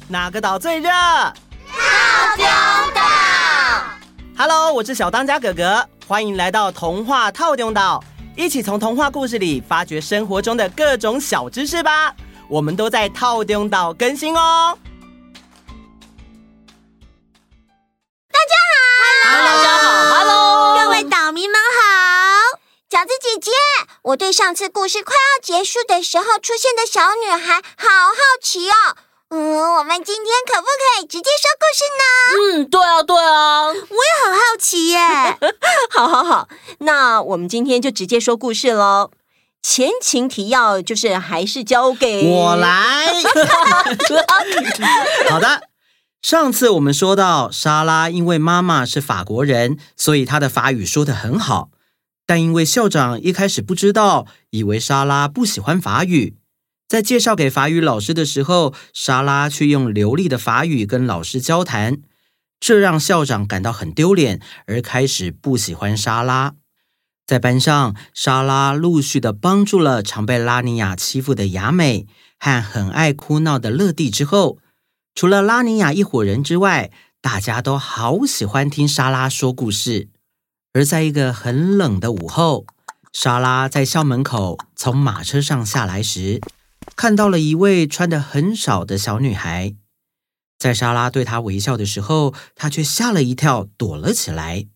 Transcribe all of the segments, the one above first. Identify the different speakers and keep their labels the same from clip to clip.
Speaker 1: 哪个岛最热？
Speaker 2: 套丢岛。
Speaker 1: Hello， 我是小当家哥哥，欢迎来到童话套丢岛，一起从童话故事里发掘生活中的各种小知识吧。我们都在套丢岛更新哦。
Speaker 2: 大家好，
Speaker 3: 大家好 ，Hello，
Speaker 2: 各位岛民们好。饺子姐姐，我对上次故事快要结束的时候出现的小女孩好好奇哦。我们今天可不可以直接说故事呢？
Speaker 3: 对啊，
Speaker 2: 我也很好奇耶。
Speaker 3: 好，那我们今天就直接说故事咯。前情提要就是还是交给
Speaker 1: 我来。好的，上次我们说到莎拉因为妈妈是法国人，所以她的法语说得很好，但因为校长一开始不知道，以为莎拉不喜欢法语，在介绍给法语老师的时候，莎拉却用流利的法语跟老师交谈，这让校长感到很丢脸，而开始不喜欢莎拉。在班上，莎拉陆续的帮助了常被拉尼亚欺负的雅美和很爱哭闹的乐蒂之后，除了拉尼亚一伙人之外，大家都好喜欢听莎拉说故事。而在一个很冷的午后，莎拉在校门口从马车上下来时，看到了一位穿得很少的小女孩。在莎拉对她微笑的时候，她却吓了一跳，躲了起来。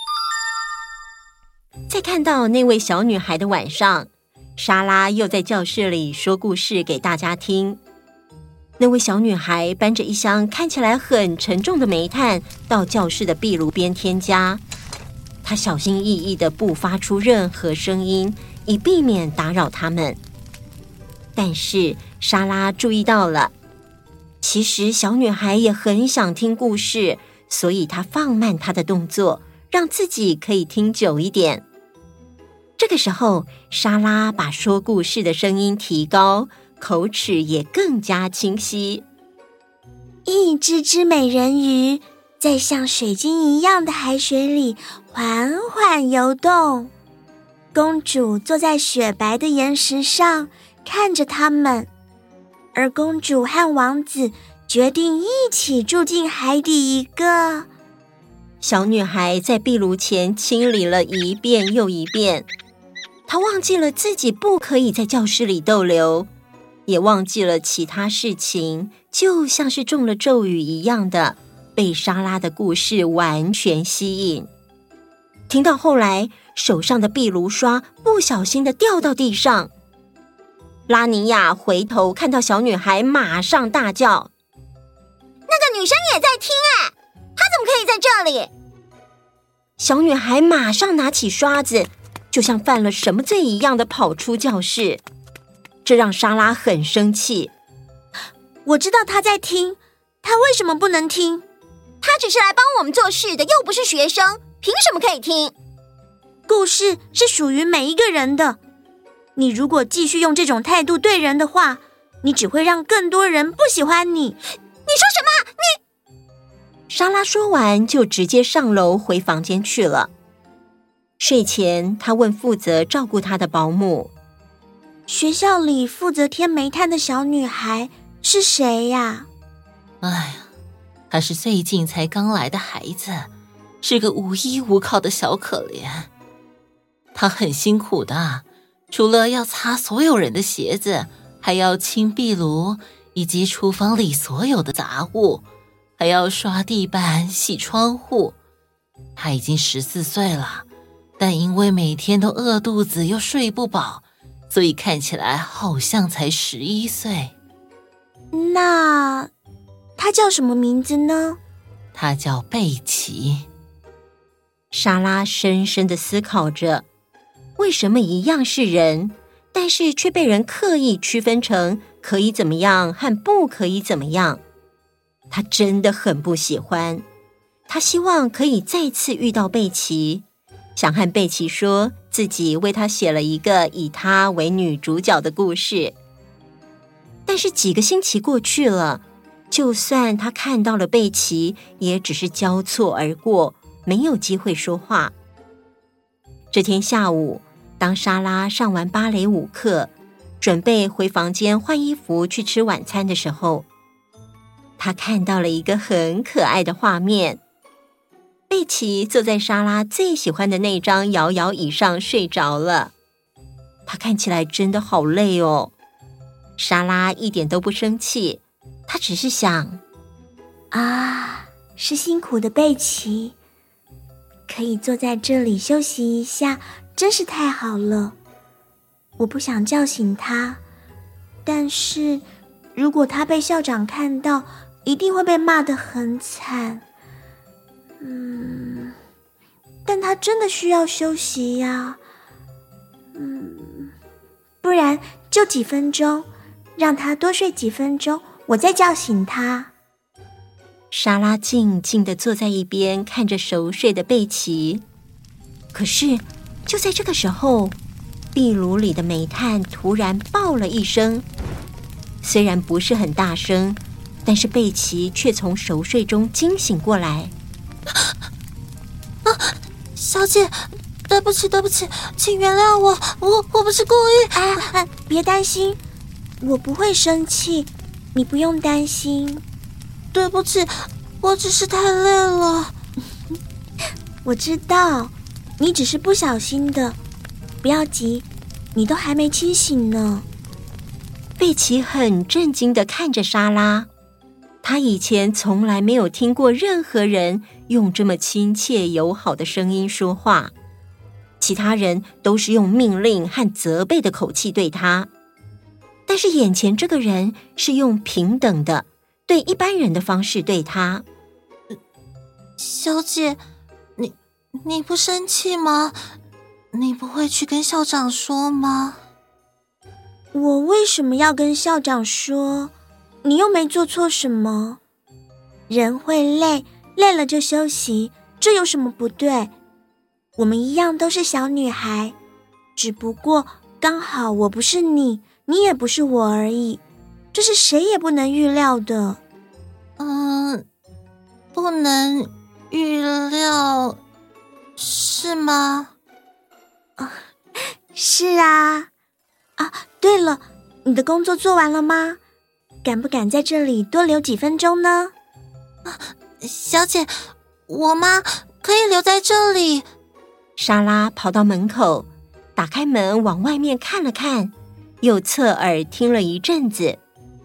Speaker 3: 在看到那位小女孩的晚上，莎拉又在教室里说故事给大家听。那位小女孩搬着一箱看起来很沉重的煤炭到教室的壁炉边添加，她小心翼翼地不发出任何声音，以避免打扰他们。但是莎拉注意到了，其实小女孩也很想听故事，所以她放慢她的动作，让自己可以听久一点。这个时候，莎拉把说故事的声音提高，口齿也更加清晰。
Speaker 2: 一只美人鱼在像水晶一样的海水里缓缓游动，公主坐在雪白的岩石上看着他们，而公主和王子决定一起住进海底一个。
Speaker 3: 小女孩在壁炉前清理了一遍又一遍，她忘记了自己不可以在教室里逗留，也忘记了其他事情，就像是中了咒语一样的被莎拉的故事完全吸引。听到后来，手上的壁炉刷不小心的掉到地上，拉尼亚回头看到小女孩，马上大叫：
Speaker 2: 那个女生也在听哎，她怎么可以在这里？
Speaker 3: 小女孩马上拿起刷子，就像犯了什么罪一样的跑出教室，这让莎拉很生气。
Speaker 2: 我知道她在听，她为什么不能听？她只是来帮我们做事的，又不是学生，凭什么可以听？故事是属于每一个人的，你如果继续用这种态度对人的话，你只会让更多人不喜欢你。你说什么？
Speaker 3: 莎拉说完就直接上楼回房间去了。睡前，她问负责照顾她的保姆：
Speaker 2: 学校里负责添煤炭的小女孩是谁呀？
Speaker 4: 哎呀，她是最近才刚来的孩子，是个无依无靠的小可怜。她很辛苦的，除了要擦所有人的鞋子，还要清壁炉以及厨房里所有的杂物，还要刷地板、洗窗户。她已经14岁了，但因为每天都饿肚子又睡不饱，所以看起来好像才11岁。
Speaker 2: 那她叫什么名字呢？
Speaker 4: 她叫贝奇。
Speaker 3: 莎拉深深地思考着，为什么一样是人，但是却被人刻意区分成可以怎么样和不可以怎么样。她真的很不喜欢，她希望可以再次遇到贝奇，想和贝奇说自己为她写了一个以她为女主角的故事。但是几个星期过去了，就算她看到了贝奇，也只是交错而过，没有机会说话。这天下午，当莎拉上完芭蕾舞课，准备回房间换衣服去吃晚餐的时候， 他看到了一个很可爱的画面。贝奇坐在莎拉最喜欢的那张摇摇椅上睡着了，他看起来真的好累哦。莎拉一点都不生气，她只是想，
Speaker 2: 是辛苦的贝奇，可以坐在这里休息一下，真是太好了。我不想叫醒他，但是如果他被校长看到，一定会被骂得很惨。但他真的需要休息呀。不然就几分钟，让他多睡几分钟，我再叫醒他。
Speaker 3: 莎拉静静地坐在一边，看着熟睡的贝奇。可是就在这个时候，壁炉里的煤炭突然爆了一声，虽然不是很大声，但是贝奇却从熟睡中惊醒过来。
Speaker 4: 小姐，对不起，请原谅我，我不是故意。
Speaker 2: 别担心，我不会生气，你不用担心。
Speaker 4: 对不起，我只是太累了。
Speaker 2: 我知道，你只是不小心的，不要急，你都还没清醒呢。
Speaker 3: 贝奇很震惊地看着莎拉，他以前从来没有听过任何人用这么亲切友好的声音说话，其他人都是用命令和责备的口气对他，但是眼前这个人是用平等的对一般人的方式对他。
Speaker 4: 小姐，你不生气吗？你不会去跟校长说吗？
Speaker 2: 我为什么要跟校长说？你又没做错什么。人会累，累了就休息，这有什么不对？我们一样都是小女孩，只不过刚好我不是你，你也不是我而已，这是谁也不能预料的。
Speaker 4: 不能预料，是吗？
Speaker 2: 是啊。对了，你的工作做完了吗？敢不敢在这里多留几分钟呢？
Speaker 4: 小姐，我吗？可以留在这里。
Speaker 3: 莎拉跑到门口，打开门往外面看了看，又侧耳听了一阵子。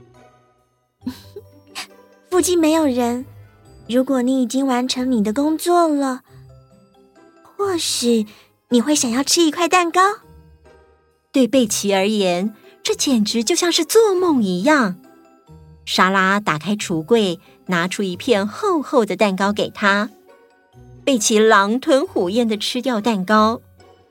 Speaker 2: 附近没有人，如果你已经完成你的工作了，或许你会想要吃一块蛋糕。
Speaker 3: 对贝奇而言，这简直就像是做梦一样。莎拉打开橱柜，拿出一片厚厚的蛋糕给他。贝奇狼吞虎咽地吃掉蛋糕。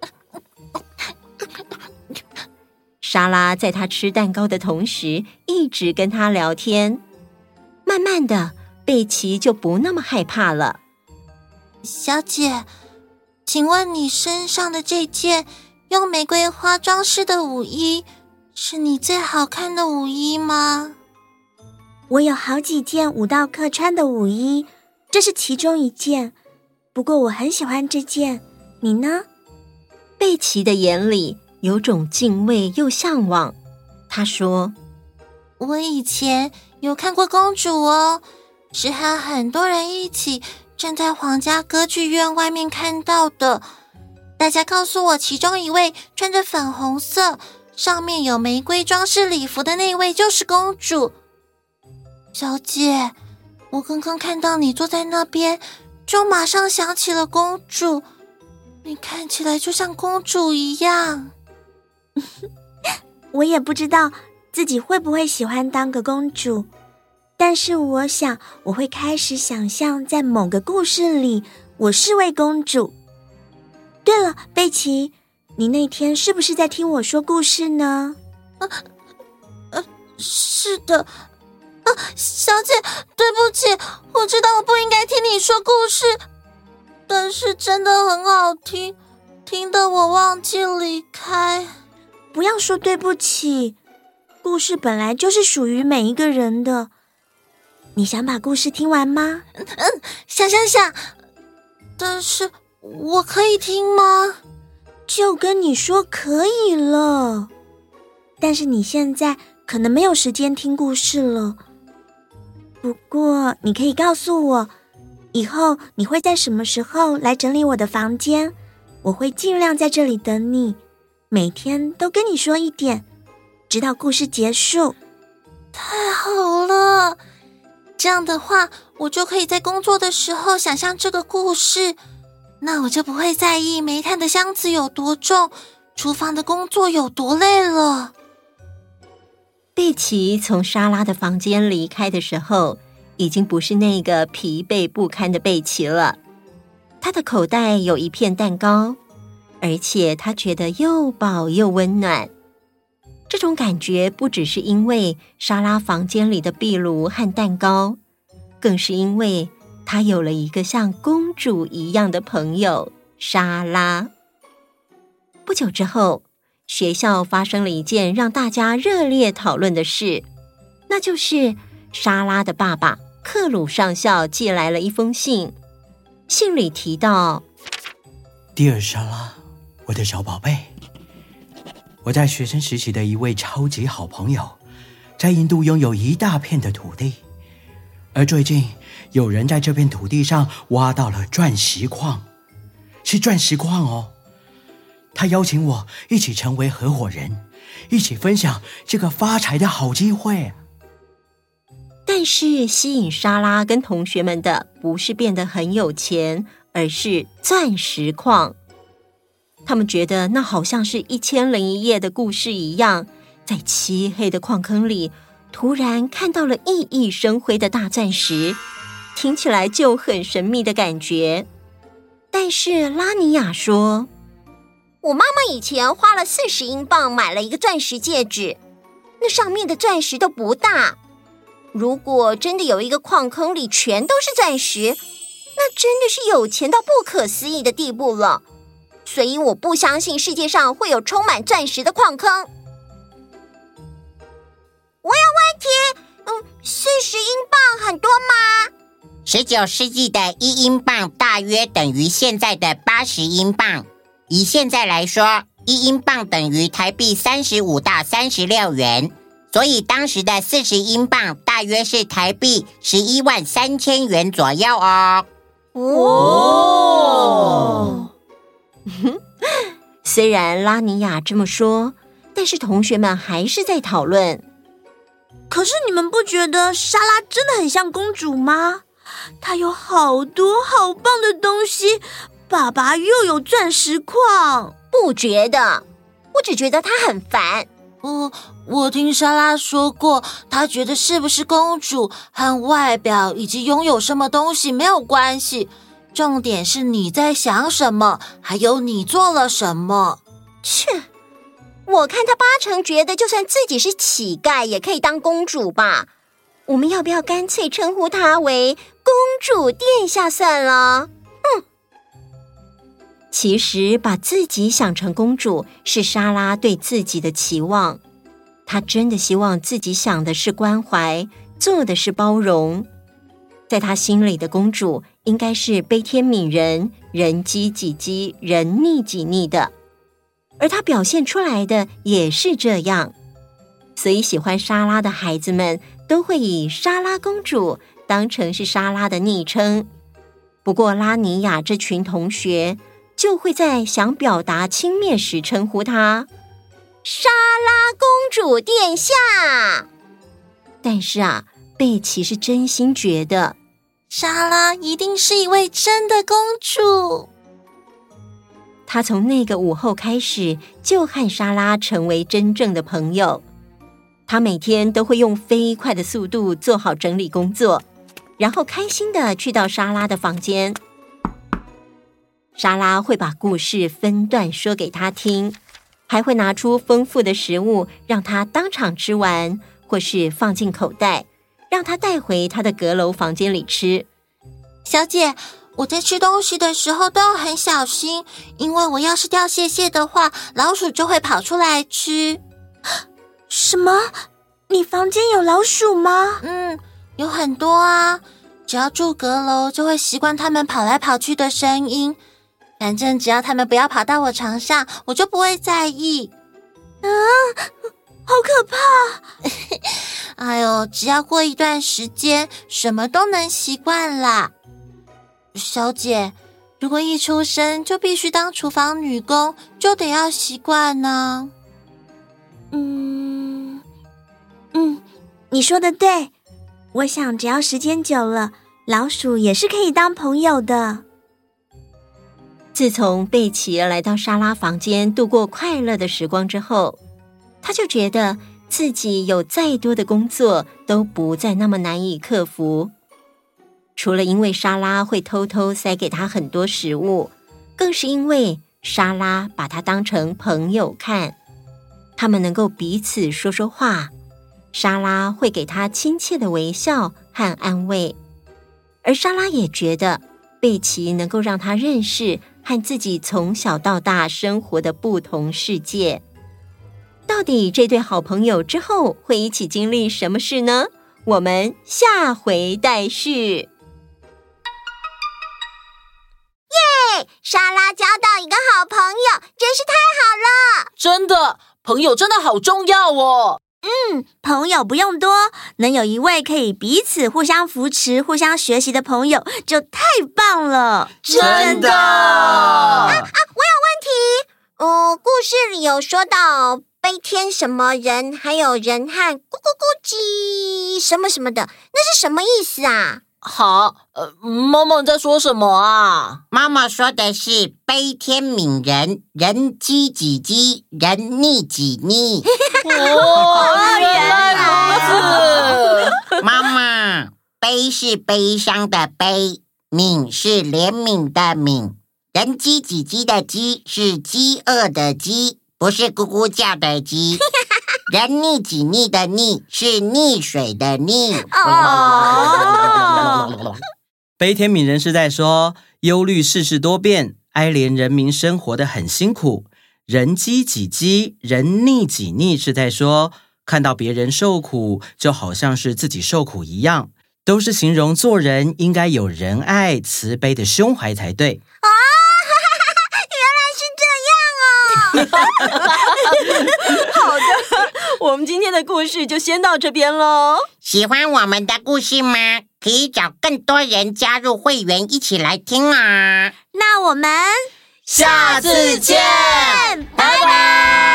Speaker 3: 莎拉在他吃蛋糕的同时，一直跟他聊天。慢慢的，贝奇就不那么害怕了。
Speaker 4: 小姐，请问你身上的这件用玫瑰花装饰的舞衣，是你最好看的舞衣吗？
Speaker 2: 我有好几件舞蹈课穿的舞衣，这是其中一件，不过我很喜欢这件，你呢？
Speaker 3: 贝奇的眼里有种敬畏又向往，他说，
Speaker 4: 我以前有看过公主哦，是和很多人一起站在皇家歌剧院外面看到的。大家告诉我，其中一位穿着粉红色，上面有玫瑰装饰礼服的那位就是公主。小姐，我刚刚看到你坐在那边，就马上想起了公主。你看起来就像公主一样。
Speaker 2: 我也不知道自己会不会喜欢当个公主，但是我想我会开始想象在某个故事里我是位公主。对了，贝奇，你那天是不是在听我说故事呢？
Speaker 4: 是的。小姐，对不起，我知道我不应该听你说故事，但是真的很好听，听得我忘记离开。
Speaker 2: 不要说对不起，故事本来就是属于每一个人的。你想把故事听完吗？
Speaker 4: 想，但是我可以听吗？
Speaker 2: 就跟你说可以了，但是你现在可能没有时间听故事了。 不过你可以告诉我，以后你会在什么时候来整理我的房间？我会尽量在这里等你，每天都跟你说一点，直到故事结束。
Speaker 4: 太好了，这样的话，我就可以在工作的时候想象这个故事，那我就不会在意煤炭的箱子有多重，厨房的工作有多累了。
Speaker 3: 贝奇从莎拉的房间离开的时候，已经不是那个疲惫不堪的贝奇了。他的口袋有一片蛋糕，而且他觉得又饱又温暖。这种感觉不只是因为莎拉房间里的壁炉和蛋糕，更是因为他有了一个像公主一样的朋友莎拉。不久之后，学校发生了一件让大家热烈讨论的事，那就是莎拉的爸爸克鲁上校寄来了一封信。信里提到
Speaker 1: ：“Dear 莎拉，我的小宝贝，我在学生时期的一位超级好朋友，在印度拥有一大片的土地，而最近有人在这片土地上挖到了钻石矿，是钻石矿哦。他邀请我一起成为合伙人，一起分享这个发财的好机会。”
Speaker 3: 但是吸引莎拉跟同学们的不是变得很有钱，而是钻石矿。他们觉得那好像是1001夜的故事一样，在漆黑的矿坑里突然看到了熠熠生辉的大钻石，听起来就很神秘的感觉。但是拉尼亚说，
Speaker 5: 我妈妈以前花了40英镑买了一个钻石戒指，那上面的钻石都不大。如果真的有一个矿坑里全都是钻石，那真的是有钱到不可思议的地步了。所以我不相信世界上会有充满钻石的矿坑。我有问题，40英镑很多吗
Speaker 6: ？19世纪的1英镑大约等于现在的80英镑。以现在来说，1英镑等于台币35到36元。所以当时的40英镑大约是台币113000元左右哦。
Speaker 3: 虽然拉尼亚这么说，但是同学们还是在讨论。
Speaker 2: 可是你们不觉得莎拉真的很像公主吗？她有好多好棒的东西，爸爸又有钻石矿。
Speaker 5: 不觉得，我只觉得她很烦。
Speaker 4: 我听莎拉说过，她觉得是不是公主和外表以及拥有什么东西没有关系，重点是你在想什么，还有你做了什么。
Speaker 5: 切，我看她8成觉得就算自己是乞丐也可以当公主吧。我们要不要干脆称呼她为公主殿下算了？
Speaker 3: 其实把自己想成公主是莎拉对自己的期望，她真的希望自己想的是关怀，做的是包容。在她心里的公主应该是悲天悯人，人饥己饥，人溺己溺的，而她表现出来的也是这样。所以喜欢莎拉的孩子们都会以莎拉公主当成是莎拉的昵称。不过拉尼亚这群同学就会在想表达轻蔑时称呼她
Speaker 5: 莎拉公主殿下。
Speaker 3: 但是贝奇是真心觉得
Speaker 4: 莎拉一定是一位真的公主。
Speaker 3: 她从那个午后开始就和莎拉成为真正的朋友。她每天都会用飞快的速度做好整理工作，然后开心地去到莎拉的房间。莎拉会把故事分段说给她听，还会拿出丰富的食物让她当场吃完，或是放进口袋，让她带回她的阁楼房间里吃。
Speaker 4: 小姐，我在吃东西的时候都要很小心，因为我要是掉屑屑的话，老鼠就会跑出来吃。
Speaker 2: 什么？你房间有老鼠吗？
Speaker 4: 有很多啊，只要住阁楼就会习惯它们跑来跑去的声音。反正只要他们不要跑到我床上，我就不会在意。
Speaker 2: 好可怕！ 哎呦，只要过一段时间，什么都能习惯啦。小姐，如果一出生就必须当厨房女工，就得要习惯呢。你说的对，我想只要时间久了，老鼠也是可以当朋友的。
Speaker 3: 自从贝奇来到莎拉房间度过快乐的时光之后，他就觉得自己有再多的工作都不再那么难以克服。除了因为莎拉会偷偷塞给他很多食物，更是因为莎拉把他当成朋友看，他们能够彼此说说话，莎拉会给他亲切的微笑和安慰，而莎拉也觉得贝奇能够让他认识和自己从小到大生活的不同世界。到底这对好朋友之后会一起经历什么事呢？我们下回待续。
Speaker 5: 莎拉交到一个好朋友，真是太好了！
Speaker 4: 真的，朋友真的好重要哦。
Speaker 2: 朋友不用多，能有一位可以彼此互相扶持、互相学习的朋友，就太棒了！
Speaker 1: 真的！
Speaker 5: 我有问题。故事里有说到悲天什么人，还有人和咕咕咕叽什么什么的，那是什么意思啊？
Speaker 4: 好，妈妈在说什么啊？
Speaker 6: 妈妈说的是悲天悯人，人饥己饥，人溺己溺。
Speaker 4: 原来如此。
Speaker 6: 妈妈，悲是悲伤的悲，悯是怜悯的悯，人饥己饥的饥是饥饿的饥，不是咕咕叫的鸡。人溺己溺的溺是溺水的溺。
Speaker 1: 悲天悯人是在说忧虑世事多变，哀怜人民生活得很辛苦。人饥己饥，人溺己溺是在说看到别人受苦，就好像是自己受苦一样，都是形容做人应该有仁爱慈悲的胸怀才对。
Speaker 5: 原来是这样哦！
Speaker 3: 好的，我们今天的故事就先到这边咯。
Speaker 6: 喜欢我们的故事吗？可以找更多人加入会员一起来听啊！
Speaker 2: 那我们
Speaker 1: 下次见，
Speaker 2: 拜拜。